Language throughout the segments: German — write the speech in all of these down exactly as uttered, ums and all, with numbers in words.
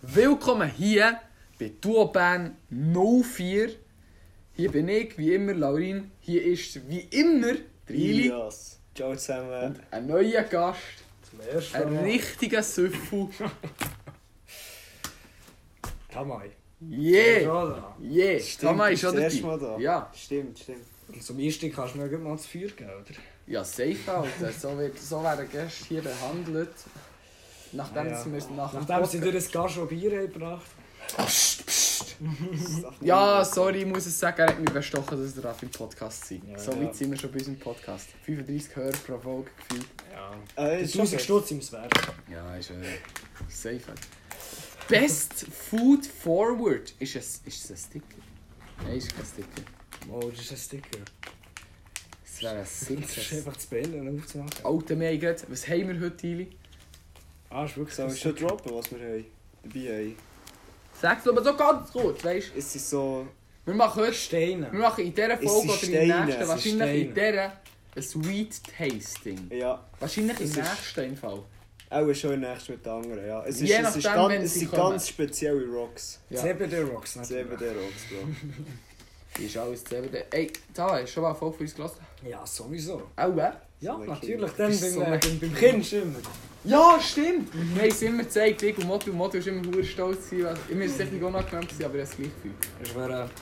Willkommen hier bei Duoban null vier. Hier bin ich, wie immer, Laurin. Hier ist, wie immer, der Ili. Yes. Ciao zusammen. Und ein neuer Gast. Zum ersten Ein Mal. richtiger Süffel. Tamai. Yeah! Yeah! Tamai ist das schon erste Mal dabei. da. Ja. Stimmt, stimmt. Und zum Einstieg kannst du mir gut mal das Feuer geben, oder? Ja, safe, Alter. So, wird, so werden Gäste hier behandelt. Nachdem Ja, ja. sie müssen nach dem Nachdem sie Podcast- durch das Gast schon Bier haben gebracht. Psst, psst. Das darf man Ja, nicht. sorry, ich muss es sagen, er hat mich bestochen, dass er auf dem Podcast sein. Ja, So ja. weit sind wir schon bei unserem Podcast. fünfunddreissig Hörer pro Folge gefühlt. Ja. Äh, Der ist schon tausend fest. Stutz im Wert. Ja, ist äh, safe. Best Food Forward. Ist es, ist es ein Sticker? Nein, ist kein Sticker. Oh, das ist ein Sticker. Es wäre ein Das ist Sicker. einfach zu bellen und aufzumachen. Alter, wir haben gerade- was haben wir heute, Ili? Ah, ist wirklich Soll so. ich schon droppen, was wir haben? Dabei haben. Sag's aber so ganz kurz, weißt du? Es ist so... Wir machen heute, Steine. wir machen in dieser Es Folge sind oder in der Steine, nächsten, es wahrscheinlich sind in dieser, ein Sweet Tasting. Ja, Wahrscheinlich im Es ist- nächsten im Fall. auch schon nächstes mit den anderen, ja. Es, ist, Je es, ist nachdem, wenn ganz, es sie sind kommen. ganz spezielle Rocks. Ja. C B D Rocks, C B D Rocks, Bro. Die ist alles C B D. Ey, da hast du schon mal eine Folge von uns gelassen? Ja, sowieso. Auch, äh? Ja, So ein natürlich. Kind. Dann Bist beim, so äh, ein beim, beim Kind immer. Ja, stimmt! Wir haben es immer gezeigt, ich und Motto. Motto war immer verdammt stolz. gewesen. Ich war sicher nicht unangenehm, gewesen, aber er hat es gleich gefühlt. Das wäre...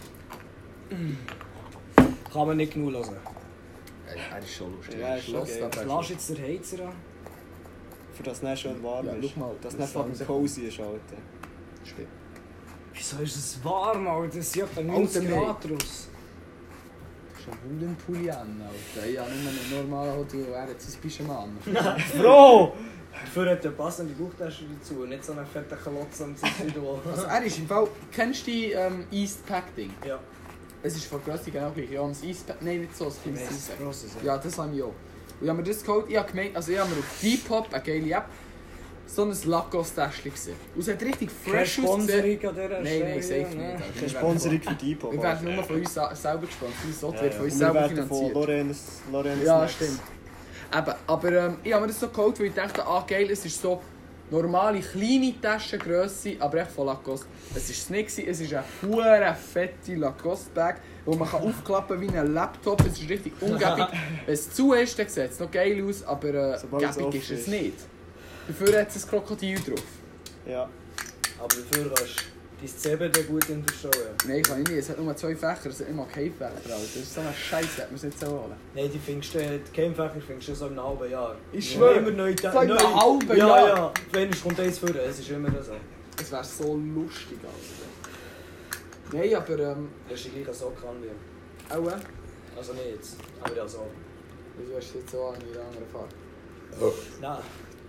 Kann man nicht genug hören. Er ist schon lustig. Ja, ist schon Schloss, geil. aber er ist Lass schon- jetzt den Heizer an. Für das es schön warm Ja, ist. schau mal, dass es das nicht fucking sagen sie- cozy ist, Alter. Stimmt. Wieso ist es warm, Alter? Es juckt Alter, neunzig wir- Grad raus. Schon einen Pulli an, Alter. Ich habe nicht mehr einen normalen Hotel, er hat sein Pyjama an. Bro! Dafür hat er passende Bauchtasche dazu und nicht so einen fetten Kalotz am Zitridol. Also er ist im Fall... Kennst du die ähm, East Pack Ding? Ja. Es ist von Grösse genau gleich. Ja, das East Pack... Nein, nicht so, das kleines East Pack. Grosses, Ja, das habe ich auch. Und ich habe mir das geholt, ich habe gemeint, also ich habe mir auf Depop, eine geile App, so ein Lacoste-Täschchen gesehen. Und es hat richtig Keine fresh ausgesehen. Sponsoring an dieser Nein, Stelle. nein, safe ne? nicht. Alter. Keine Wir Sponsoring werden für Depot. von- Wir werden nur von uns sa- selber gesponsert. Unser Sot Ja, wird ja. von uns Und wir selber werden von finanziert. Lorenz... Lorenz Ja, Snacks. stimmt. Eben, aber ähm, ich habe mir das so geholt, weil ich dachte, ah geil, es ist so normale, kleine Taschengrösse, aber echt von Lacoste. Es war es nicht, gewesen, es ist eine hure fette Lacoste-Bag, die man kann aufklappen wie ein Laptop. Es ist richtig ungebig. Wenn es zu ist, dann sieht es noch geil aus, aber äh, Sobald es gebig offen ist es ist. nicht. Dafür hat es ein Krokodil drauf. Ja. Aber dafür kannst du dein C B D gut unterstellen. Nein, kann ich nicht. Es hat nur zwei Fächer, es hat nicht mal keinen Fächer. Alter. Das ist so eine Scheiße, hat man es nicht so holen. Nein, die findest du, die Keimfächer findest du so in einem halben Jahr. Ich Ja, schwöre, immer neu, so in neu. einem halben ja, Jahr. Ja, wenn es kommt eins vor, es ist immer so. Es wäre so lustig, Alter. Nein, aber ähm... Das ist die gleiche Socke an wie. Auch, äh? Also nicht jetzt, aber ja so. Wieso hast du jetzt so an in einer anderen Farbe? Nein,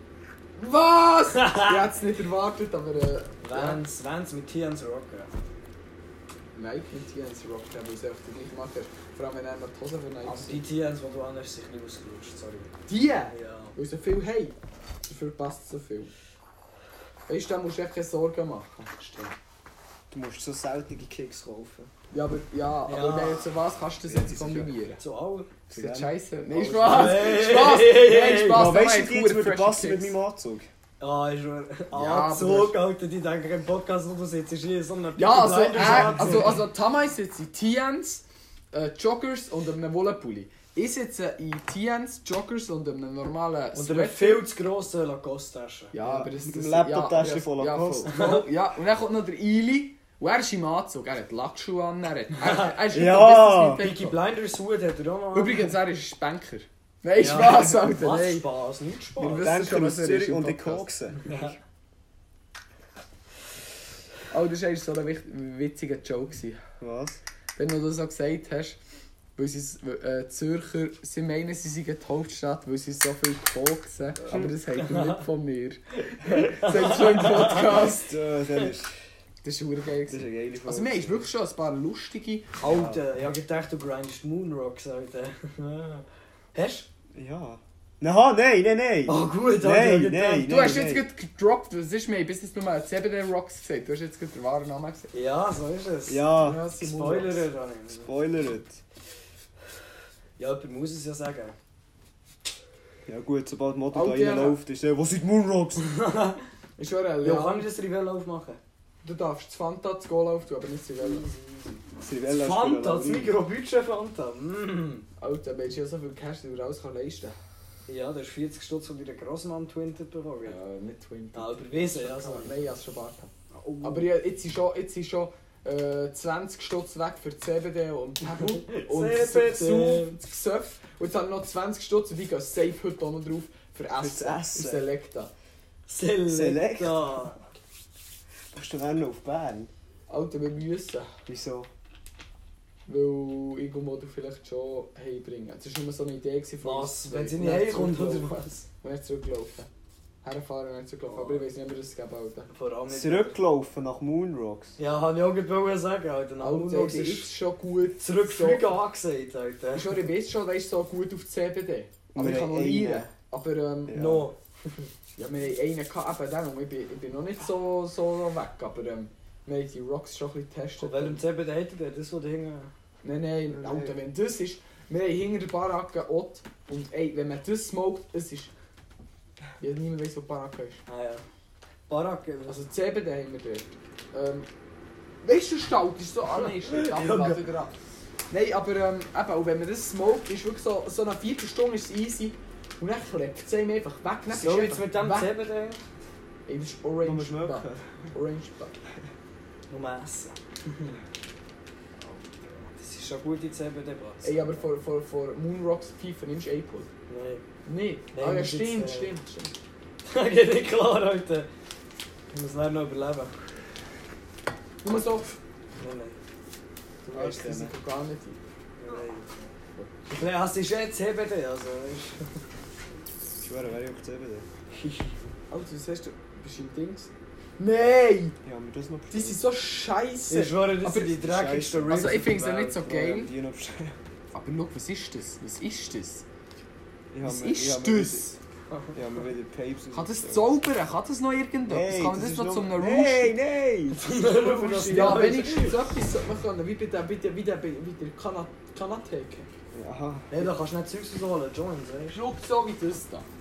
Was? Ich hätte es nicht erwartet, aber äh... ja. wenn's, wenn's mit T Ns rocken. Nein, mit T Ns Rock, weil es einfach die gleiche Marke ist. Vor allem wenn er noch die Hose Aber verneigt. die T Ns, die du anhast, sind ein bisschen ausgerutscht, sorry. Die? Ja. Weil so viel haben. Dafür passt so viel. Weißt du, da musst du echt keine Sorgen machen. Stimmt. Du musst so seltene Kicks kaufen. Ja, aber, ja, Ja. aber wenn jetzt was kannst du das Ja, jetzt die sind kombinieren? Zu all. Das ist jetzt scheiße. Nein, Oh, Spaß! hey, Spaß! hey, Nein, hey, Spaß! Ja, da weißt haben du, die wir jetzt würde frische passen mit Kicks. meinem Anzug? Ah, ist schon. aber Ah, das so, ist- Alter, die denken, im Podcast, wo du sitzt, ist hier so ein Ja, also, Peaky Blinders äh, Anzug. also, also Tamai sitzt in T Ns, äh, Joggers und einem Wollenpulli. Ich sitze in T Ns, Joggers und einem normalen Und eine Sweater. viel zu grosse Lacoste-Tasche. Ja, aber das Mit das dem Laptop-Tasche ja, von ja, Lacoste. voll. Voll, ja, und dann kommt noch der Ili. Und er ist im Anzug. Er hat Lackschuhe an. Er, hat, er, er ist Ja. ein bisschen Peaky Blinders Hut hat er auch noch. Übrigens, er ist Banker. Nein, Ja. Spaß, Alter. Was Nein. Spaß? Nicht Spaß. Wir wissen Denker schon, aus was er ist Zürich im und die Podcast. Koksen. Ja. Oh, das war eigentlich so ein wicht- witziger Joke. gewesen. Was? Wenn du das so gesagt hast, weil sie äh, Zürcher, sie meinen, sie seien die Hauptstadt, weil sie so viel koksen. Aber das habt ihr nicht von mir. Das habt ihr schon im Podcast. Ja, das ist, Das war verdammt geil. das ist eine gewesen. geile Folge. Also wir haben wirklich schon ein paar lustige... Alter, ich hab gedacht, du grindest Moonrocks, Alter. Hast Ja. Aha, nein, nein, nein. du? Oh gut, Alter. Nein, ich hab gedacht- nein, Du hast jetzt gerade gedroppt, was ist mir? Bis jetzt nur mal C B D Rocks gesagt. Du hast jetzt gerade den wahren Namen gesagt. Ja, so ist es. Ja, Ja, sie Spoiler, Moonrocks. Ronny. spoilert. Ja, jemand muss es ja sagen. Ja gut, sobald Motto Alter, da ja. reinläuft, ist der, wo sind die Moonrocks? Ist schon ein Ja, kann ich das Rivell aufmachen? Du darfst das Fanta das Goal auftun, aber nicht Sivella. Sivella ist Fanta, für das Lauri. Mikrobudget Fanta. Mm. Alter, weißt du ja so viel Cash, wie du alles kann leisten kann? Ja, das ist vierzig Stutz von deiner Grossmann twintet bekommen. Ja, nicht Twin. Ah, überwiesen, ja. So. Nein, ich habe es schon bald. Oh. Aber ja, jetzt ist schon, jetzt ist schon äh, zwanzig Stutz weg für C B D und Pebble und das C B D. Gesuf, das Gesöff. Und jetzt habe ich noch zwanzig Stutz und die gehen safe heute auch noch drauf für Essen. das Essen. Und Selecta. Selecta. Kannst du dann noch auf Bern? Alter, wir müssen. Wieso? Weil irgendwo du vielleicht schon heimbringen. Es war nur so eine Idee von Was? uns. Wenn sie Und nicht dann heimkommt oder zurücklaufen. was? Und dann zurücklaufen. Herfahren und dann zurücklaufen. Aber ich weiß nicht, ob wir das geben, Alter. Vor allem nicht. Zurücklaufen nach Moonrocks. Ja, habe ich auch gerade sagen, Alter. Nach Alter, Moonrocks die ist ist schon gut. zurückfliegen So, angesagt, Alter. ich schon, ich weiß schon, der ist so gut auf C B D. Aber Wir ich kann haben noch lernen. einen. Aber ähm, Ja. No. ja, wir haben einen gehabt, eben den, und ich bin, ich bin noch nicht so, so weg. Aber ähm, wir haben die Rocks schon ein bisschen getestet. Von welchem C B D hättet ihr das, was da hinten... Nein, nein, Nein. Alter, wenn das ist... Wir haben hinter der Baracke Ott und ey, wenn man das smoked, es ist... Ja, niemand weiss, wo die Baracke ist. Ah ja. Baracke. Also C B D haben wir dort. Ähm, weißt du, Stalt ist so an, ist nicht, aber lass wieder ab. Nein, aber ähm, eben, und wenn man das smoked, ist wirklich so, so eine Viertelstunde ist es easy. Und dann klebt es einem einfach weg. Dann So bist du jetzt mit dem einfach C weg. B D. Ey, das ist Nur Orange schmecken. Bug. Orange Bug. Nur essen. Das ist schon eine gute C B D-Platz. Ey, aber vor, vor, vor Moonrocks FIFA nimmst du Apple. Nein. Nicht? Nein, Ah ja, muss stimmt, jetzt, äh, stimmt, stimmt. Das geht nicht klar, Alter. Ich muss leider noch überleben. Nur so... Nein, nein. Du Ah, weißt das stimmt. Risiko gar nicht. Nein. Ja, es ist jetzt C B D, also weißt Ich schwöre, wäre ich auf C B D. Alter, was hast du? Bist du im Dings? Nein! Ja, haben wir das noch Die sind so scheiße! Ich schwöre, das Aber sind die dreckigsten Rips. Also ich finde es ja auf der nicht so Welt. Ja, geil. haben die noch bestellt. Aber schau, was ist das? Was ist das? Ich Was habe mir- ich ist habe mir das? wieder- Ich habe mir wieder Papes Kann das bestellt. zaubern? Kann das noch irgendetwas? Nein, Kann man das ist noch nur- zu einem Nein, nein! Für das Ja, Jahr. wenigstens etwas sollte man können. Wie bei der, wie der, wie der, wie der Kana- Kanatheke. Aha. Nein, da kannst du nicht Zeugs rausholen, Joints, weißt du? Schau so wie das da.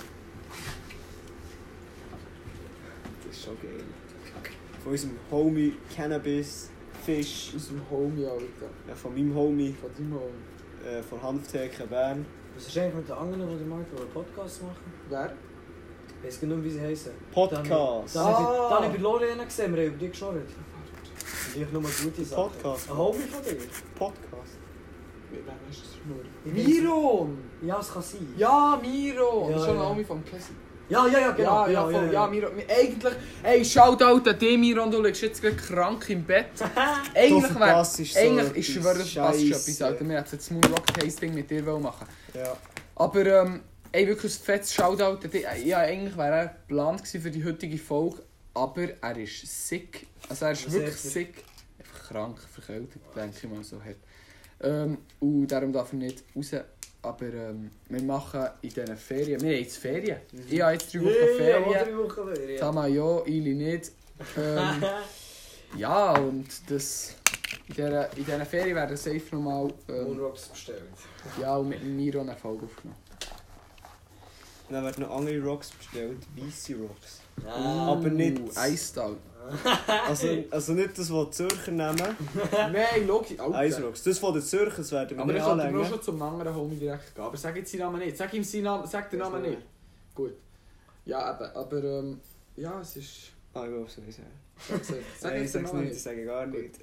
Das ist schon geil. Von unserem Homie Cannabis Fish. Aus dem Homie, Alter. Ja, von meinem Homie Von deinem Homie. äh, von Hanftheke Bern. Was ist eigentlich mit den anderen, die mal einen Podcast machen? Wer? Ich weiß genau, wie sie heißen. Podcast. Da habe ich, Ah. da habe ich bei Lorena gesehen, wir haben über die geschnurrt. Und ich nur gute Sachen. Podcast. Ein Homie von dir? Podcast. Wer ist das nur? Ich weiß Miron! Ja, es kann sein. Ja, Miron! Ja, das ist schon ja. ein Homie vom Kessi. Ja, ja, ja, genau. Ja, ja, voll, ja, Miro. Eigentlich, ey, Shoutout an dich, Miron, du liegst jetzt gerade krank im Bett. Eigentlich wäre, verpasst ist so eigentlich, etwas ich schwöre, das passt schon Scheisse. etwas, Alter. Wir hätten jetzt das Moonrock-Tasting mit dir machen. Ja. Aber, ähm, ey, wirklich ein fettes Shoutout an dich. Ja, eigentlich wäre er geplant gewesen für die heutige Folge, aber er ist sick. Also er ist Was wirklich hat er? sick. Einfach krank, verkältet, denke ich mal so. Hat. Ähm, und darum darf er nicht raus. Aber ähm, wir machen in diesen Ferien, wir haben jetzt Ferien. Ich habe jetzt drei Wochen Ja, Ferien. drei Wochen Ferien. Tama ja, Ili nicht. Ähm, ja, und das, in dieser in dieser Ferien werden safe nochmal ähm, Moonrocks bestellt. ja, und mit dem Miro eine Folge aufgenommen. Dann werden noch andere Rocks bestellt, weisse Rocks. Ah. Aber nicht- Eistal. Also, also nicht das, was die Zürcher nehmen, Nein, logisch. Alter. Ice Rocks. Das von den Zürcher, das werden wir Aber nicht ich könnte auch anlängen. schon zum anderen Homie direkt gehen. Aber sag jetzt seinen Namen nicht. Sag ihm seinen Namen, sag den Namen nicht. Gut. Ja, eben. Aber ähm, ja, es ist... Ah, ich glaube, so ist Sag, sag, sag Nein, ich jetzt den sag's Namen nicht, ich nicht. sage gar nicht.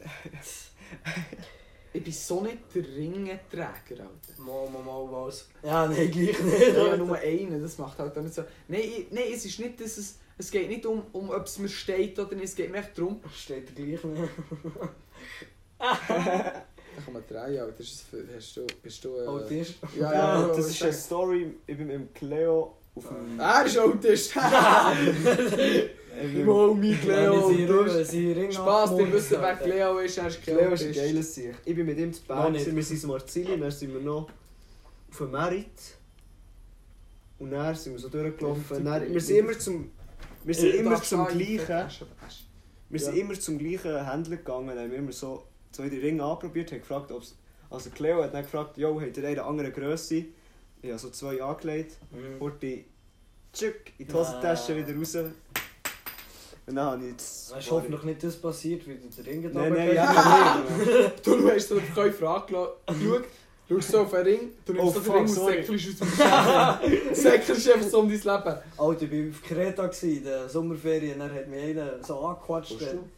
Ich bin so nicht der Ringenträger, Alter. Mal, mal, mal, was? Ja, nein, gleich Ich nicht. habe ja nur einen, das macht halt auch nicht so... Nein, ich, nein, es ist nicht, dass es... Es geht nicht um, um ob es mir steht oder nicht, es geht mir echt darum... Steht der gleich nicht. Da kann man drehen, Alter. Das ist, hast du, bist du... Äh, Autist. Ja, Ja, ja, das was ist sag eine ich? Story. Ich bin mit dem Cleo auf dem... Er ist Autist! Ich bin- Homie, Cleo! Sie Ring- sie Ring Spaß, ihr abgemurrt, wisst, wer Alter. Cleo ist, er ist Cleo ist ein Autist. geiles Sieg. Ich bin mit ihm zu Noch Bern, nicht. wir sind in Marzilien, dann sind wir noch auf dem Merit. Und dann sind wir so durchgelaufen. Dann, wir sind immer zum... Wir sind immer zum gleichen... Wir sind Ja. immer zum gleichen Händler gegangen, dann haben wir immer so, so die Ringe anprobiert, haben gefragt, ob's... Also Cleo hat dann gefragt, jo, habt ihr eine andere Grösse? Ich habe so zwei angelegt, Mhm. wurde tschick in die Hosentasche Ah. wieder raus. Und dann habe ich jetzt... Es ist hoffentlich nicht das passiert, wie der Ring da Nein, nein, ja, nicht. Du hast so den Verkäufer angeschaut, schaust so auf den Ring, du nimmst Oh, so den fuck, Ring und sorry. säckelst aus dem Geschäft. Säckelst einfach so um dein Leben. Alter, ich war auf Kreta in den Sommerferien, dann hat mich einer so angequatscht. Kommst du?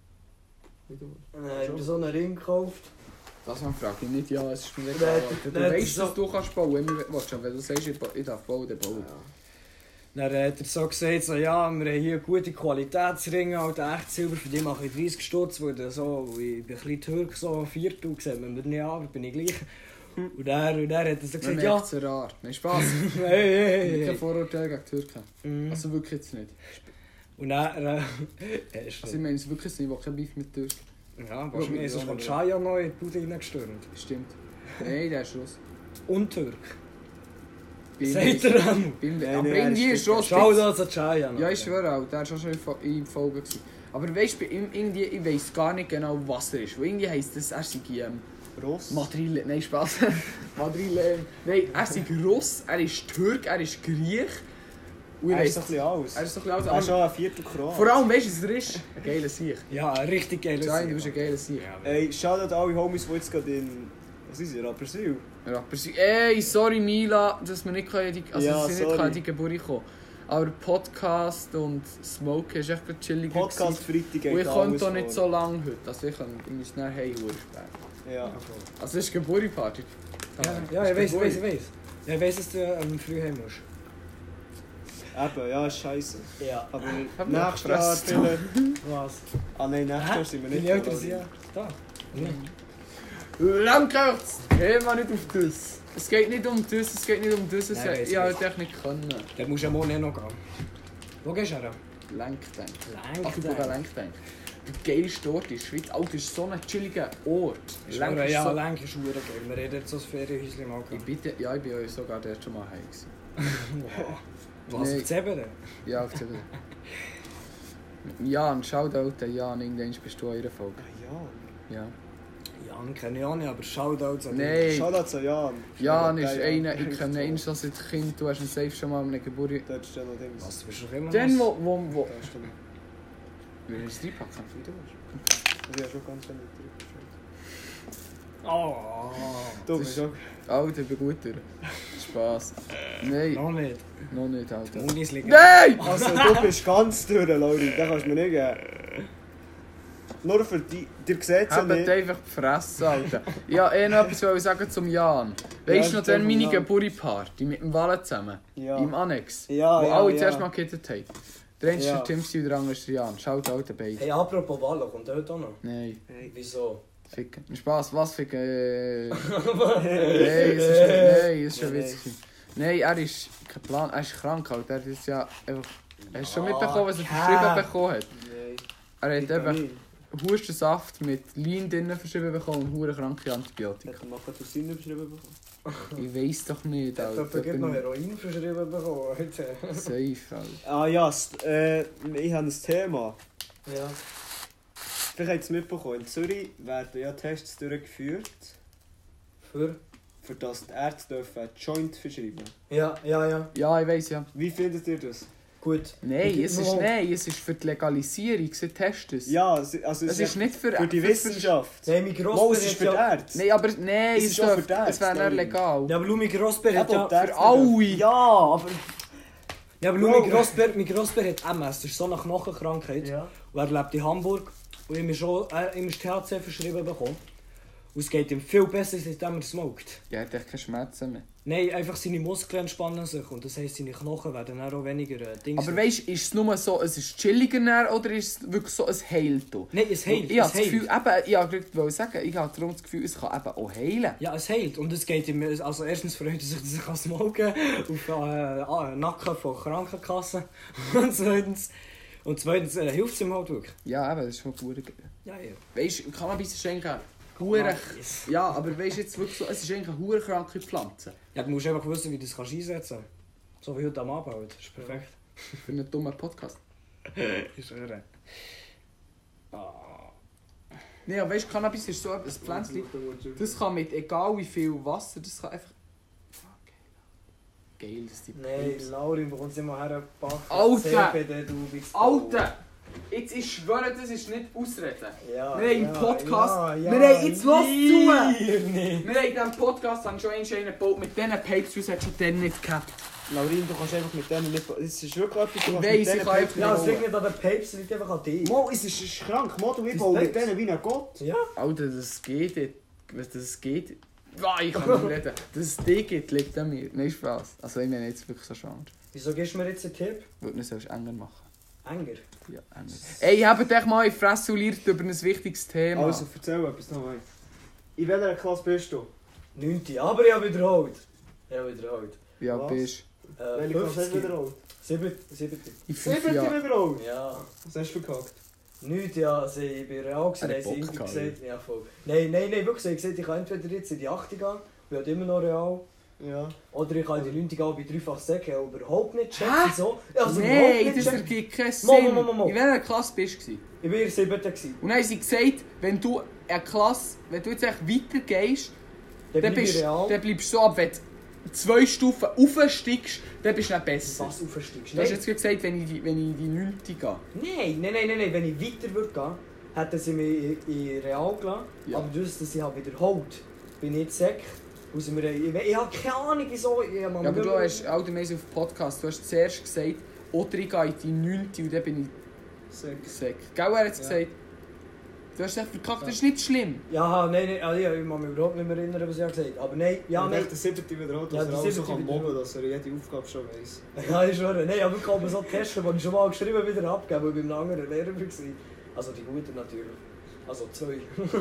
Und dann hat mir so einen Ring gekauft. Das man fragt ich nicht, ja, es ist mir Nein, egal. Du nein, weißt, so- dass du kannst bauen, wenn du willst. Wenn du sagst, ich ba- ich darf bauen, dann bauen. Dann hat er so gesagt, so, ja, wir haben hier gute Qualitätsringe, halt echt Silber, für die mache ich dreißig Stutz, weil der so, ich bin ein bisschen Türk, so Viertel, sieht man mir nicht an, aber bin ich gleich. Und dann, und dann hat er so Man gesagt, merkt ja, es errart. Nein, Spaß. hey, hey, hey, Kein hey. Vorurteil gegen Türken. Mhm. Also wirklich jetzt nicht. Und dann, äh, äh, ist Also ich meine es wirklich nicht, ich will kein Beef mit Türken. ja, wahrscheinlich ist es von Chaya noch in die Bude reingestürmt. Stimmt. Nein, der ist Russ. Und Türk. Bei ihm Sagt ist- er dann. bei ihm- Nein, Aber nein, er irgendwie ist ist Russ. Schau da zu Chaya noch. Ja, ich schwöre auch, der war schon schon in Fo- in Folge. gewesen. Aber weißt du, bei ihm irgendwie, ich weiss gar nicht genau, was er ist. Weil irgendwie heisst das, er sei ähm, Ross? Madrile. Nein, Spaß. Madrile. Nein, er sei Russ, er ist Türk, er ist Griech. Und ich Er ist weiss- doch ein bisschen alles. Er ist doch ein bisschen Er ist alles. schon ein Viertel Kroat. Vor allem, weißt du, was er ist? Ein geiler Sieg. Ja, ein richtig geiles Nein, du bist ein geiler Sieg. Ey, Shoutout alle Homies, die jetzt gerade in... Was ist er? Rapperswil? Rapper sind. Ey, sorry Mila, dass wir nicht können, die, also Ja, dass sie nicht sorry. können in die Geburt kommen. Aber Podcast und Smoke ist echt chillig. Podcast Freitag geht Und ich alles konnte doch nicht vor. so lange heute. Also ich kann ich muss nachher heim spät. Ja. Also es ist Geburtstagsparty. Ja, ich weiß, ich weiß, ich weiß. Ja, ich weiß, dass du ähm, früh heim musst. Eben, ja, ist scheiße. Ja. Aber Hab mich nächstes Jahr gefressen. vielleicht... Was? Ah nein, nächstes Jahr sind wir nicht Meine da, Eltern sind Leute. ja da. Lenkt das Thema nicht auf das. Es geht nicht um das, es geht nicht um das. Es Nein, weiss ich ich. hätte echt nicht können. Dann musst du ja morgen noch gehen. Wo gehst du her? Lenkdenken. Lenk Ach, du gehst Lenkdenken. Der geilste Ort in der Schweiz. Alter, das ist so ein chilliger Ort. Lenk Lenk ist ja, so... Lenk ist verdammt geil. Wir reden jetzt so ein Ferienhäuschen mal Ich gehabt. bitte, ja, ich bin euch sogar dort schon mal heim gewesen. Wow. Was, Nee. auf Zebere? Ja, auf der Jan, Shoutout an Jan, irgendwann bist du in ihrer Folge. Ah, Ja. Jan kenne ich auch nicht, aber Shoutouts an dich. ja. Nein, Shoutout zu Jan. Jan Ja, ist ja. einer, ich kenne ihn schon seit Kind, du hast ihn safe schon mal an einem Geburtstag. Dort ist ja noch Dings. Was, du bist doch immer Den, noch... wo, wo, wo... Da ist dann... Wir haben es reinpacken. Wie du willst. Also ich habe schon ganz schön nicht Oh, Du Das bist auch... Alter, ich bin gut durch. Spaß. Nein, noch nicht. noch nicht, Die Alter. Unis liegen... Nein! Also du bist ganz durch, Leute. Den kannst du mir nicht geben. Nur für die... Ihr seht es ja Habt nicht. einfach die Fresse, Alter. Ja, eh noch etwas wollte ich sagen zum Jan. Weißt du Ja, noch, dann meine Jan. Geburtstagsparty mit dem Wallen zusammen? Ja. Im Annex. Ja, wo ja, alle ja. zuerst mal gehittet haben. Der eine ist Ja. der Tim und der andere ist der Jan. Schaut Alter beide. Hey, apropos Wallo, kommt der heute auch noch? Nein, Wieso? ficken. Spaß, was ficken? Äh... Nein, es ist, nein, es ist schon Nein, witzig. Nein, er ist kein Plan, er ist krank, Alter. Er ist ja einfach... Hast du schon Ah, mitbekommen, was er ja. verschrieben bekommen hat? Nein. Er hat einfach Vitamin. Hustensaft mit Lean drinnen verschrieben bekommen und hure kranke Antibiotika. Hat er Makatosin überschrieben bekommen? Ich weiss doch nicht, Hat Alter. jemand noch Heroin verschrieben bekommen heute? Safe, Alter. Ah ja, st- äh, ich habe ein Thema. Ja. Vielleicht habt ihr es mitbekommen. In Zürich werden ja Tests durchgeführt, Für? für das die Ärzte dürfen einen Joint verschreiben. Ja, ja, ja. Ja, ich weiss ja. Wie findet ihr das? Gut. Nein, Und es noch- ist, nein, es ist für die Legalisierung, sie testen es. Ja, es- also Es ist nicht für... für die für- Wissenschaft. Nein, mein Mo, Grossbär es ist hat für die ja... Ärzte. Nein, aber nein, Es es, ist auch für darf, die Ärzte, es wäre nicht Leute. legal. Ja, aber schau, mein Grossbär hat Aber ja... die Ärzte für alle. dürfen- Ja, aber... Ja, aber schau, Bro. mein Grossbär, mein Grossbär hat M S, das ist so eine Knochenkrankheit. Ja. Und er lebt in Hamburg und ihm ist schon er, ihm ist T H C verschrieben bekommen. Und es geht ihm viel besser, seitdem er smoked. Ja, er hat echt keine Schmerzen mehr. Nein, einfach seine Muskeln entspannen sich und das heisst, seine Knochen werden dann auch weniger äh, Dings. Aber weißt du, ist es nur so, es ist chilliger dann, oder ist es wirklich so, es heilt? auch? Nein, es heilt, Ich habe es das Gefühl, heilt. eben, ich wollte gerade sagen, ich habe darum das Gefühl, es kann eben auch heilen. Ja, es heilt. Und es geht ihm, also erstens freut er sich, dass er kann smoken auf äh, den Nacken von Krankenkassen. Und zweitens, und zweitens äh, hilft es ihm halt wirklich. Ja, eben, das ist schon gut. Ja, ja. Weißt du, Cannabis ist eigentlich eine hure... Cannabis. Ja, aber weißt du jetzt wirklich so, es ist eigentlich eine hure kranke Pflanze. Ja, du musst einfach wissen, wie du das kannst einsetzen kannst. So wie heute am Abend halt. Das ist perfekt. Für einen dummen Podcast. Ich schwöre. Ah. Nee, ja, weißt du, Cannabis ist so ein Pflänzchen, das kann mit egal wie viel Wasser, das kann einfach... Fuck, geil, dass die Nein, Pipes- Laurin bekommt immer her, Bach. Alter! C B D, du bist... Alter! Jetzt, ich schwöre, das ist nicht Ausreden. Ja, Wir haben im ja, Podcast... ja, ja, wir haben... Jetzt los zu! hier nicht. Wir haben in diesem Podcast schon einen gebaut. Mit diesen Papes, das hättest du dann nicht gehabt. Laurin, du kannst einfach mit denen nicht... Es ist wirklich etwas, du kannst Weiss, mit denen ich kann einfach- Ja, es bauen. liegt nicht an den Papes, es liegt einfach an dir. Mo, es ist, es ist krank. Mo, du, ich Ist baue mit Papes? denen wie ein Gott. Ja. Alter, das geht nicht. Was das geht... Wow, ich kann nicht reden. Dass es dich gibt, liegt an mir. Nein, Spaß. Also ich meine jetzt wirklich so schade. Wieso gibst du mir jetzt einen Tipp? Weil du nicht sollst enger machen. Enger. Ja, enger. Ey, habt euch mal in die Fresse und lernt über ein wichtiges Thema. Also, erzähl etwas noch mal. In welcher Klasse bist du? Neunte. Aber ich habe wiederholt. Ich habe wiederholt. Wie alt Was? bist Äh, Welche Klasse hast du fünfzig. wiederholt? Siebte. Siebte. du? In fünf Siebte Jahren. wiederholt? Ja. Was hast du verkackt? Nichts, ja, also ich bin real gewesen, Er haben hat sie Bock irgendwie gehabt, gesagt, ja voll. Nein, nein, nein, wirklich, sie haben gesagt, ich kann entweder jetzt in die achte gehen, bin halt immer noch real, Ja. oder ich kann in die neunte gehen bei dreifach Säcke, ich habe überhaupt nicht gecheckt, Hä? wieso. Also überhaupt Nein, nicht das gecheckt. ergibt keinen Mo, Sinn. mo, mo, mo, mo. In welcher Klasse bist du? Ich war in der siebten. gewesen. Und dann haben sie gesagt, wenn du eine Klasse, wenn du jetzt echt weitergehst, Dann dann, bin ich bist, real. dann bleibst du so ab, wenn du zwei Stufen aufsteigst, dann bist du nicht besser. Was aufsteigst Du hast jetzt gesagt, wenn ich, die, wenn ich in die neunte gehe. Nein, nein, nein, nein, nein, wenn ich weiter würde gehen, hätten sie mich in, in Real gelassen, Ja. aber durch das, dass ich halt wiederholt bin ich Sekt. Ich, ich, ich habe keine Ahnung wieso. Ich, Ja, aber du hast allgemein auf Podcast, du hast zuerst gesagt, oder ich gehe in die neunte und dann bin Sechs. ich gesagt. Gell, er hat es Ja. gesagt. Du hast echt verkackt, das ist nicht schlimm. Ja, nein, nein, also, ich kann mich überhaupt nicht mehr erinnern, was ich gesagt habe. Aber nein, ja, Ja, nein. der siebte wiederholt, Ja, dass der er auch so siebte kann wiederholt. mobben, dass er jede Aufgabe schon weiss. Ja, ich schwöre. Nein, aber ich kann mir so testen, die ich schon mal geschrieben wieder abgeben, weil ich bei einem anderen Lehrer war. Also die guten natürlich. Also zwei.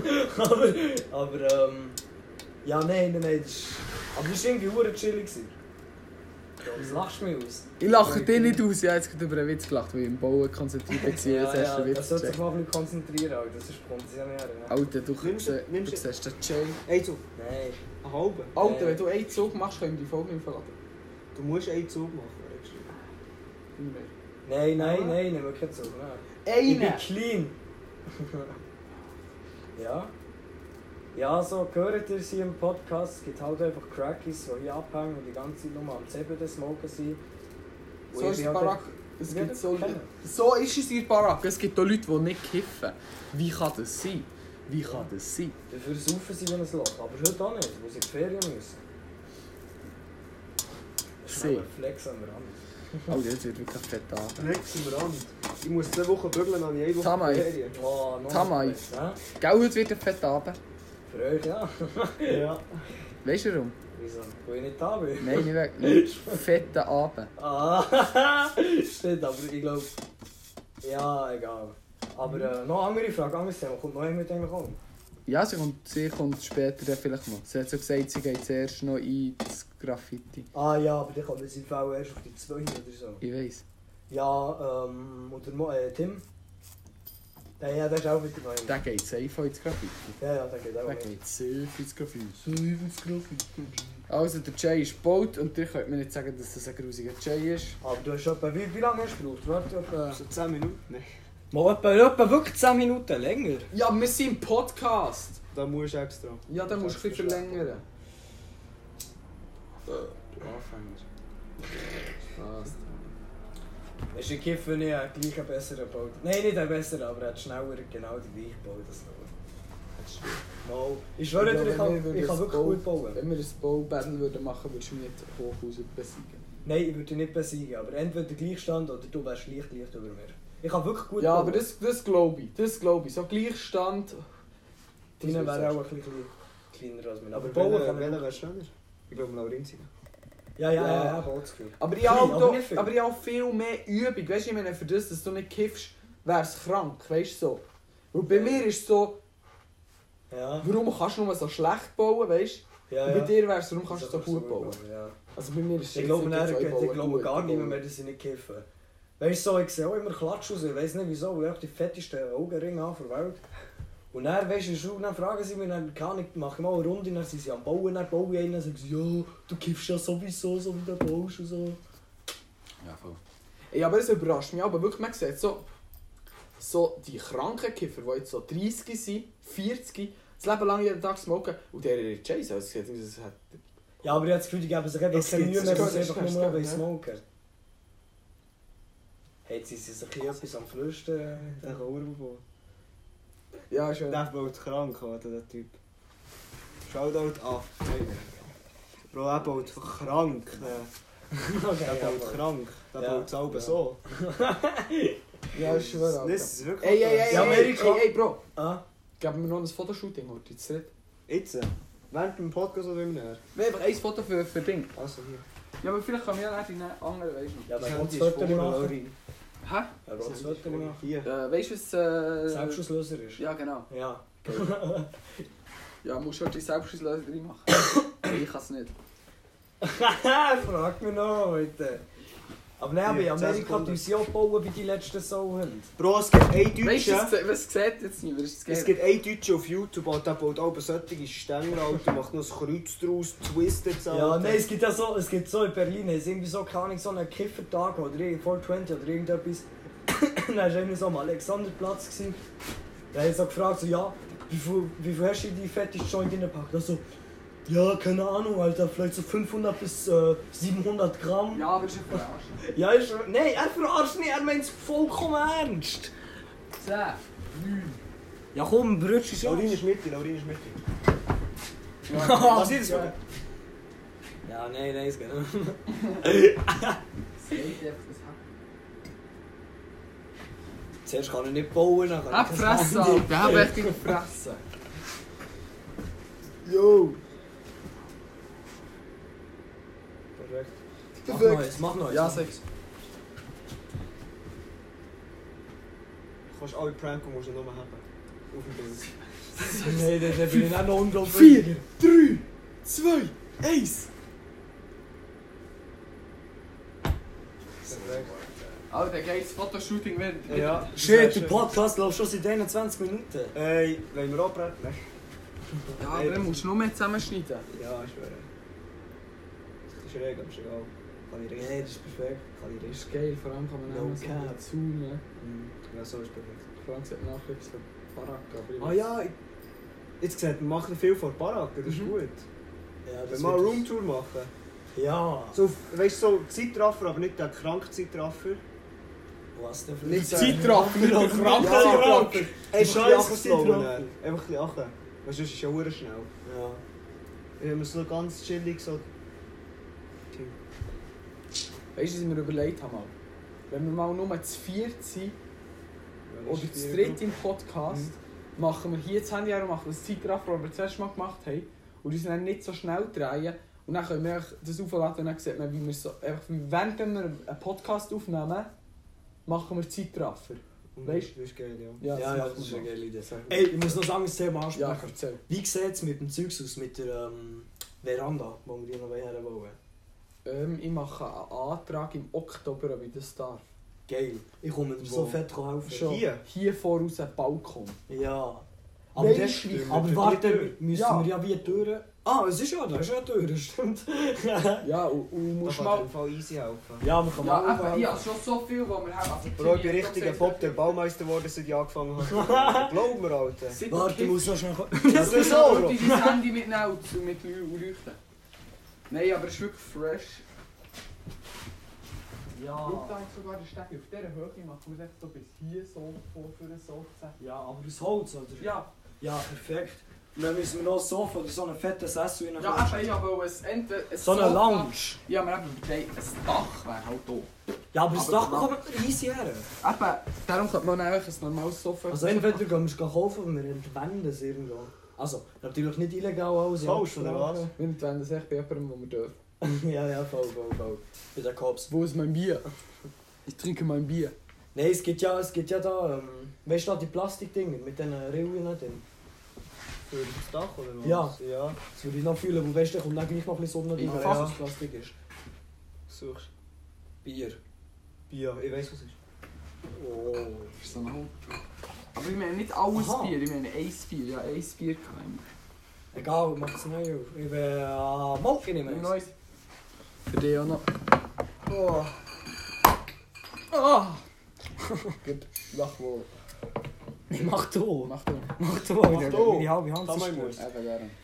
aber, aber ähm... Ja, nein, nein, nein. Das ist, aber das war irgendwie verdammt chillig. gewesen. Ja, was lachst du mich aus? Ich lache dich nicht aus, ich habe jetzt gerade über einen Witz gelacht, weil ich im Bauen konzentriert war, das Ja, erste ja, Witz das zu sollte sich checken. mal ein bisschen konzentrieren, Alter. Das ist konzentriert. Ja. Alter, du, Nimmst du, du- du nimmst du- siehst den Jay. Ein Zug. Nein. Einen halben. Alter, Nein. wenn du einen Zug machst, können wir die Folge nicht verladen. Du musst einen Zug machen, weißt du. Nicht mehr. Nein, nein, Ah. nein, nehmen wir keinen Zug. Nein. Ich bin Einen! clean. Ja. Ja, so gehört ihr sie im Podcast. Es gibt halt einfach Crackies, die hier abhängen und die ganze Zeit nur am C B D smoken sind. Und So ich ist bin es halt Barack. Es Ja, gibt das so, kennen. so ist es in Barack. Es gibt auch Leute, die nicht kiffen. Wie kann das sein? Wie kann das sein? Dafür saufen sie wie ein Loch. Aber heute auch nicht, wo sie in die Ferien müssen. Das ist Sie. ein Flex am Rand. Oh, jetzt wird wirklich fett an. Rechts am Rand. Ich muss zwei Wochen bügeln, an eine Woche Tamay. Ferien. Oh, noch Tamay. ein Flex, hä? Gell, heute wird ein fett Abend. Für euch, ja. Ja. Weißt du warum? Wieso? Wo ich nicht da bin? Nein, nicht weg. Nicht. Fetter Abend. Ah, stimmt, aber ich glaube... Ja, egal. Aber äh, noch eine andere Frage, anderes Thema. Kommt noch jemand eigentlich auch? Ja, sie kommt, sie kommt später dann vielleicht noch. Sie hat so gesagt, sie geht zuerst noch in das Graffiti. Ah ja, aber dann kommt jetzt im Fall erst auf die zwei oder so. Ich weiss. Ja, ähm... Oder Mo äh, Tim? Der, ja, der ist auch mit dabei. Der geht safe ins Graffiti. Ja, ja, der geht auch Der mit. geht safe ins Graffiti. Safe ins Graffiti. Also, der Jay ist gebaut und ihr könnt mir nicht sagen, dass das ein grusiger Jay ist. Aber du hast etwa... Wie, wie lange hast du gebraucht? Warte, etwa... So zehn Minuten? Nein. Mal etwa, etwa wirklich zehn Minuten länger. Ja, wir sind im Podcast. Da musst du extra. Ja, dann musst du ein bisschen verlängern. Du Anfänger. Was? Hast du Kiffer nicht einen gleichen besseren gebaut? Nein, nicht einen besseren, aber er hat schneller genau die gleiche gebaut. Das Mal. Ich schwöre dir, ich kann, ich kann wirklich gut bauen. Wenn wir ein Bau-Battle würden machen, würdest du mich nicht hochhaus besiegen. Nein, ich würde dich nicht besiegen, aber entweder Gleichstand oder du wärst leicht leicht über mir. Ich kann wirklich gut Ja, bauen. aber das, das glaube ich. Das glaube ich. So Gleichstand. Deine das wäre auch würdest ein bisschen kleiner als meine. Aber Aber bauen welcher kann welcher ich. wäre schöner? Ich glaube, Laurin sein. Ja, ja, ja, Ja. ja, ich habe auch das Gefühl. Aber ich Klein, habe aber auch, nicht viel. aber ich habe auch viel mehr Übung. Weißt du, ich meine, für das, dass du nicht kiffst, wäre es krank. Weißt du so? Und bei mir ist es so, Ja, warum kannst du nur so schlecht bauen, weißt du? ja, Und ja. bei dir wäre es, warum kannst du Das so gut bauen? Ja. Also bei mir ist es Ich glaube, jetzt dann, nicht so, ich baue glaube gut, gar ich nicht baue- mehr, dass sie nicht kiffen. Weißt du, so, ich sehe auch immer Klatsch raus. Ich weiß nicht wieso, weil ich die fettesten Augenringe habe der Welt. Und dann, weißt du, schon, dann fragen sie mich, dann kann ich, mache ich mal eine Runde, dann sind sie am Bauen, dann baue ich einen, dann sagen sie, ja, du kiffst ja sowieso, so wie du baust und so. Ja, voll. Ey, aber es überrascht mich aber wirklich, man sieht so, so die kranken Kiffer, die jetzt so dreißig sind, vierzig, das Leben lang jeden Tag smoken und der ist Chase, also es sieht aus, als hat... Ja, aber ich habe das Gefühl, die geben sich einfach Es keine gibt- Mühe mehr, es weil sie gibt- einfach es nur gibt- noch smoken. Jetzt sind sie sich hier etwas am Flüstern. Der kann Urbo. Ja, schön. Der baut krank, oder, der Typ. Shoutout an. Bro, er baut krank. Der, Okay, der baut ja, krank. Der Ja. baut selber Ja. so. Ja, ich schwöre, Alter. Das ist wirklich... Ey, ey, ey, Ja, ey, Amerika- ey, ey, Bro. Ah? Geben wir noch ein Fotoshooting heute, jetzt nicht. Jetzt? Während dem Podcast oder immer näher? Wir haben einfach ein Foto für, für Ding. Also hier. Ja, aber vielleicht kann wir ja nicht in eine andere, weißt du. Ja, Das dann Handy kannst ist du Fotos vorne, machen. Laurin. Hä? Ja, Das kannst Handy du ist Fotos vorne. machen. Hier. Äh, weißt du, was... Äh, Selbstauslöser ist. Ja, genau. Ja. Ja, musst du halt die Selbstauslöser reinmachen. Ich kann es nicht. Frag mich noch heute. Aber nein, aber in Ja, zehn Amerika Sekunden. tun sie auch bauen wie die letzten Sauhunde. Bro, es gibt einen Weißt du, Deutschen... was- was sieht jetzt nicht? Was ist das Es gibt einen Deutschen auf YouTube, und der baut auch solche Stängel, Alter, macht noch ein Kreuz draus, twistet es, Ja, nein, es gibt ja so, es gibt so in Berlin, es ist irgendwie so, keine Ahnung, so einen Kiffertag oder vierhundertzwanzig oder irgendetwas. Dann war irgendwie so am Alexanderplatz. Gewesen. Da habe ich so gefragt, so, ja, wie viel, wie viel hast du in die fettigste Joint reingepackt? Also, ja, keine Ahnung, Alter, vielleicht so fünfhundert bis äh, siebenhundert Gramm. Ja, aber ist ja verarscht. Ja, ist, nein, er verarscht nicht, er meint es vollkommen ernst. zehn, neun. Ja komm, Brötchen schon. Laurin ist Mitte, Laurin ist Mitte. Ja, Was ist das? ja. Ja, nein, nein, es geht nicht. Es geht einfach, das hat. Zuerst kann er nicht bauen, dann kann er kein Abfressen, Handy. Alter. Hab echt gefressen. Yo! Perfekt. Mach Neues, mach Neues. Ja, mach sag's. Du kannst alle pranken, musst du nur haben. Auf dem Bild. Nein, das das bin ich auch noch unglaublich. Vier, drei, zwei, eins. Perfekt. Alter, geiles Fotoshooting wird. Ja. Shit, der Podcast läuft schon seit einundzwanzig Minuten. Ey, wollen wir auch brennen? Nein. Ja, aber dann musst du noch mehr zusammenschneiden. Ja, ich schwöre. Das ist recht, aber ist egal. Kann ich Ja, reden? das ist perfekt. Kann ich Das reden? ist geil, vor allem kann man No auch so cap. dazu nehmen. Ja, so ist perfekt. Vor allem sieht man auch etwas von Barack. Aber ich Ah weiß- ja, ich- jetzt sieht man machen viel vor Baracken, das ist Mhm. gut. Ja, Wenn das wir mal eine wird- Roomtour machen. Ja. So, weißt du, so Zeitraffer, aber nicht der kranke Zeitraffer. Was denn für Nicht ein Zeitraffer, nicht der kranke Ja, Zeitraffer. Einfach ein bisschen Scheiße, achterslauen. Zeitraffer. Einfach ein bisschen achter. Weil sonst ist es ja verdammt schnell. Ja. Wenn wir so ganz chillig so... Weißt du, was ich mir überlegt habe? Mal? Wenn wir mal nur zu viert sind oder zu dritt im Podcast, machen wir hier das Handy an und machen das Zeitraffer, das wir das erste Mal gemacht haben, und uns dann nicht so schnell drehen. Und dann können wir einfach das aufladen und dann sieht man, wie wir so, einfach, wie während wir einen Podcast aufnehmen, machen wir Zeitraffer. Weißt du? Das ist geil, ja. Ja, ja, machen das ist wir eine mal. geile Idee. Ey, ich muss noch sagen, das Thema ansprechen. Ja, erzähl. Wie sieht es mit dem Zeugs aus, mit der ähm, Veranda, wo wir die noch herbauen? Ähm, ich mache einen Antrag im Oktober, ob ich das darf. Geil. Ich komme dir so Wo? fett helfen. Schon. Hier? Hier voraus ein Balkon. Ja. Aber, Weißt das, du, wie- aber für warte, die Tür? müssen Ja. wir ja wie Türen... Ah, es ist ja da, es ist ja Türen, stimmt. Ja, und, und Da musst kann mal... auf jeden Fall easy helfen. Ja, wir können Ja, mal eben, ich habe schon so viel, wo wir haben. Also, Bro, ich bin richtiger Bob, der Baumeister geworden, seit ich angefangen habe. Glaub mir, Alter. Warte, ich muss noch schnell... Das ist so, so, Bro. die dein Handy mitnehmen und mit Leu- leuchten. Nein, aber es ist wirklich fresh. Ja. Schau, da ist sogar der Steg. Auf dieser Höhe machen wir es echt so bis hier so vor für ein Sofa. Ja, aber aus Holz, oder? Ja, Ja, perfekt. Und dann müssen wir noch ein Sofa oder so einen fetten Sessel rein. ja, eben, ich habe es entweder ein So eine Sofa- Lounge. Ja, wir haben überlegt, ein Dach wäre halt da. Ja, aber das Aber Dach genau. bekommt man easy her. Eben, darum könnte man eigentlich ein normales Sofa... Also entweder gehen wir es kaufen oder wir entwenden es irgendwo. Also, natürlich nicht illegal alles. Kaufst du, oder was? Wir entwenden es echt bei jemandem, wo wir dürfen. Ja, ja, voll, voll, voll. Bei den Cops. Wo ist mein Bier? Ich trinke mein Bier. Nein, es gibt ja, es gibt ja da, ähm, weißt du, da die Plastikdinger mit den Rillen drin. Für das Dach, oder was? Ja. Ja. Das würde ich noch fühlen, wo weißt du, da kommt dann gleich noch ein bisschen Sonne rein, Ja, weil ja. es aus Plastik ist. Suchst. Bier. Bier. Ich weiss, was es ist. Oh. Ist so ein Aber ich meine nicht alles Aha. Bier, ich meine ein Bier. Ja, ein Bier kann Egal, mach es neu auf. Ich will äh, mal, ich nehme ich. eins. Neues. Für dich auch noch. Oh. Oh! Gut, mach wohl. Nee, mach du. Mach du. Mach du. Mach Meine- du. Meine halbe Hand Kann ist man spürst. nicht. Eben gerne.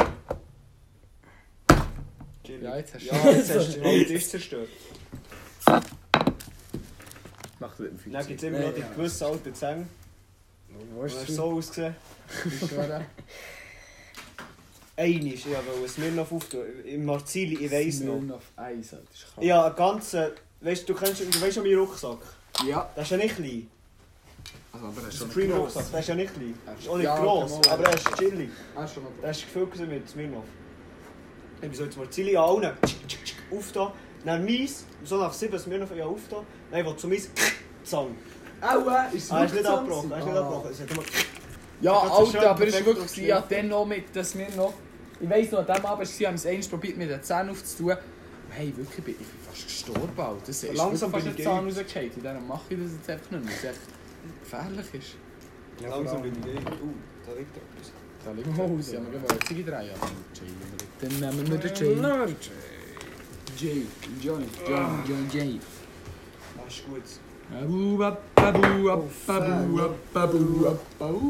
Chillig. Ja, jetzt hast du... Ja, jetzt hast du den halben Tisch zerstört. Mach macht es Dann gibt es immer noch die gewissen alten Zänge. Wo Das ist hat es? so ausgesehen. Ich schwöre. Einisch, ich wollte Smirnoff auftun. Im Marzili, ich weiss noch. Smirnoff Eis, das ist krank. Ja, einen ganzen... Weißt du, du, kennst, du weißt schon meinen Rucksack? Ja. Der ist ja nicht klein. Also, aber er Der ist schon Supreme gross. Rucksack, der ist ja nicht klein. Er Der ist auch nicht ja, gross, genau. aber er ist chillig. Er ist schon noch Der ist gefüllt mit Smirnoff. Ich bin so jetzt Marzili an allen aufgetan. Dann meins, so nach sieben Smirnoff ja aufgetan. Dann will zu meins Zang. Aua, ist es Ah, er ist nicht wirklich abgebrochen, er ist nicht Ah. abgebrochen. Es hat immer... Ja, Das ist schön Alter, aber es ist perfekt wirklich, aufgeschrieben. ja, dann noch mit, dass wir noch... Ich weiss noch, an diesem Abend haben wir es einmal probiert, mit den Zähnen aufzutun. Hey, wirklich, ich bin, ich bin fast gestorben, Alter. Das ist Langsam wirklich bin fast ich ein Zahn rausgefallen. In diesem mache ich das jetzt einfach nicht mehr, weil es echt gefährlich ist. Ja, langsam bin ich gegen. Uh, da liegt etwas. Da liegt oh, sie haben wir gewollt. Ziege drei, ja. Dann nehmen wir den Jay. Jay, Johnny, John, John Jay. Das ist gut. Abu, abu, abu, abu, abu, abu.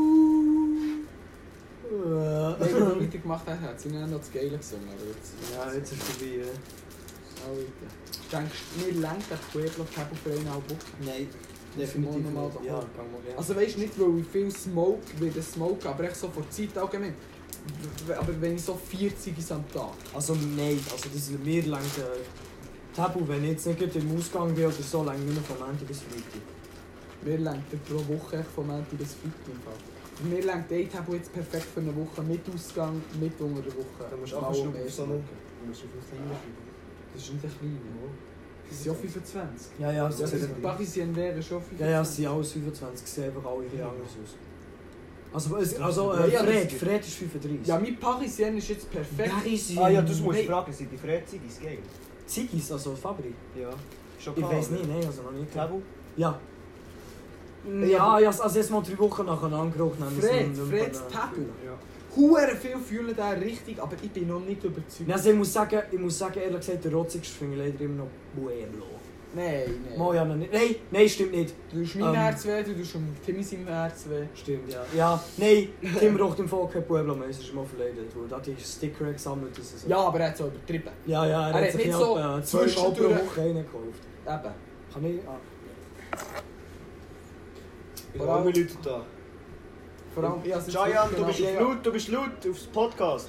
Wenn ich noch weiter gemacht hätte, hätte sie noch das Geile gesungen. Aber jetzt... Ja, jetzt ist es vorbei. Ja. Alter. Denkst du, mir lenkt der Pueblo-Cabo für eine halbe Woche? Nein, definitiv definitiv nicht. nicht. Ja, gang mal gerne. Also weißt du nicht, weil ich viel Smoke, wie das Smoke, aber echt so vor Zeit allgemein. W- Aber wenn ich so vierzig ist am Tag. Also nein, also das ist mir lang äh, Tabu, wenn ich jetzt nicht gerade im Ausgang bin oder so, lang nur von Montag bis Freitag. Mir lenkt er pro Woche echt von Montag bis Freitag im Fall. Und mir lenkt ein Tabu jetzt perfekt für eine Woche mit Ausgang, mit unter der Woche. Da musst du Mal einfach mehr auf so einen... smoken. Du musst auf einen kleinen schauen. Das ist nicht ein kleiner. Das sind ja fünfundzwanzig. Ja, ja, Das das ist sieht, Parisien wäre schon ja, fünfundzwanzig. ja, es sind alles fünfundzwanzig, sie sehen einfach alle ein bisschen anders aus. Also, es- also Ja, äh, ja, das Fred, gibt- Fred ist fünfunddreißig. Ja, mein Parisien ist jetzt perfekt. Parisien. Ah ja, das musst du Nein. fragen. Sind die Freizigis geil? Zigis, also Fabri. Ja. Schon Ich weiß nicht, nein, also noch nicht. Tabu? Ja. Ja, ja, also jetzt mal drei Wochen nacheinander geraucht. dann ist es Fred, nicht mehr- Freds Tabu. Ja. Hure viel fühlen den richtig, aber ich bin noch nicht überzeugt. Also ich muss sagen, ich muss sagen, ehrlich gesagt, der rotzigste finde ich leider immer noch Pueblo. Nein, nein. Mal ja noch nicht. Nein, nein, stimmt nicht. Du tust mein Ähm. Herz weh, du tust dem Timmy sein Herz weh. Stimmt, ja. Ja, nein, Tim raucht im Volk kein Pueblo mehr, es ist mal verleidet. Er hat die Sticker gesammelt. Das so. Ja, aber er hat so übertrieben. ja, ja, er, Er hat hat sich nicht ja so etwa zweieinhalb pro zwischendurch- Woche einen gekauft. Eben. Kann ich... Ah. Ich habe alle Leute da. Vor allem, ich habe Giant, du bist laut, du bist laut aufs Podcast.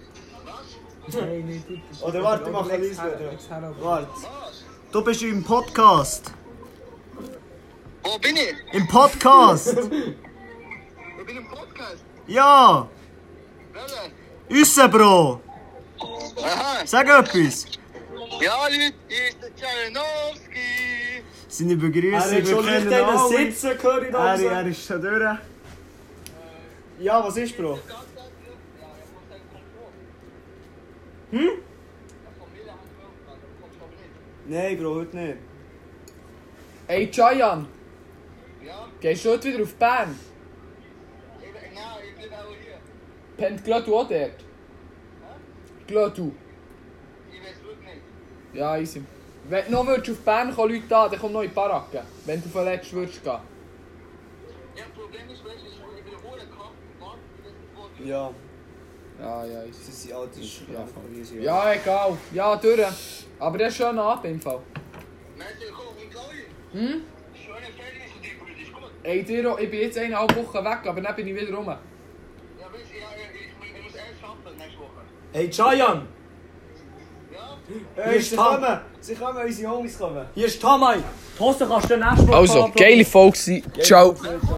Nein, nicht du. Oder warte, ich mache Lex leise. her, Lex her, aber- Warte. Du bist im Podcast. Wo bin ich? Im Podcast. Ich bin im Podcast. Ja. Wer? Üsse, Bro. Aha. Sag etwas. Ja, Leute, hier ist der Tcharanowski. Seine Er Begrüßung, hat schon nicht einen Sitzen gehört in Er, der er ist schon durch. Ja, was ist, Bro? Hm? Nein, Bro, heute nicht. Ey, Chayan, Ja? gehst du heute wieder auf Bern? Ich bin, nein, ich bin auch hier. Pennt Glötu auch dort? Glötu. Ich weiß wirklich nicht. Ja, easy. Wenn du noch würdest auf Bern kommen, Leute da, dann komm noch in die Baracke. Wenn du verletzt würdest gehen. Ja, Problem ist, weißt du, ich bin wohl krank. Warte, ich weiß Ja, Ja, ja, easy. sie sind alt, das ist Ja, ja, egal. Ja, durch. Aber der ist schön ab im Fall. Meinst du, komm, und Chloe? Hm? Schöne Ferien zu dir, Bruder, ist gut. Ey, dir auch, ich bin jetzt eineinhalb Wochen weg, aber dann bin ich wieder rum. Ja, weißt du, ja, ich, ich, ich muss erst schaffen nächste Woche. Hey, Chayan! Ja? Hey, sie kommen! Sie kommen, unsere Homies kommen! Hier ist Tamay! Die Hose kannst du nächstes Mal Also, geile Folge. Ciao.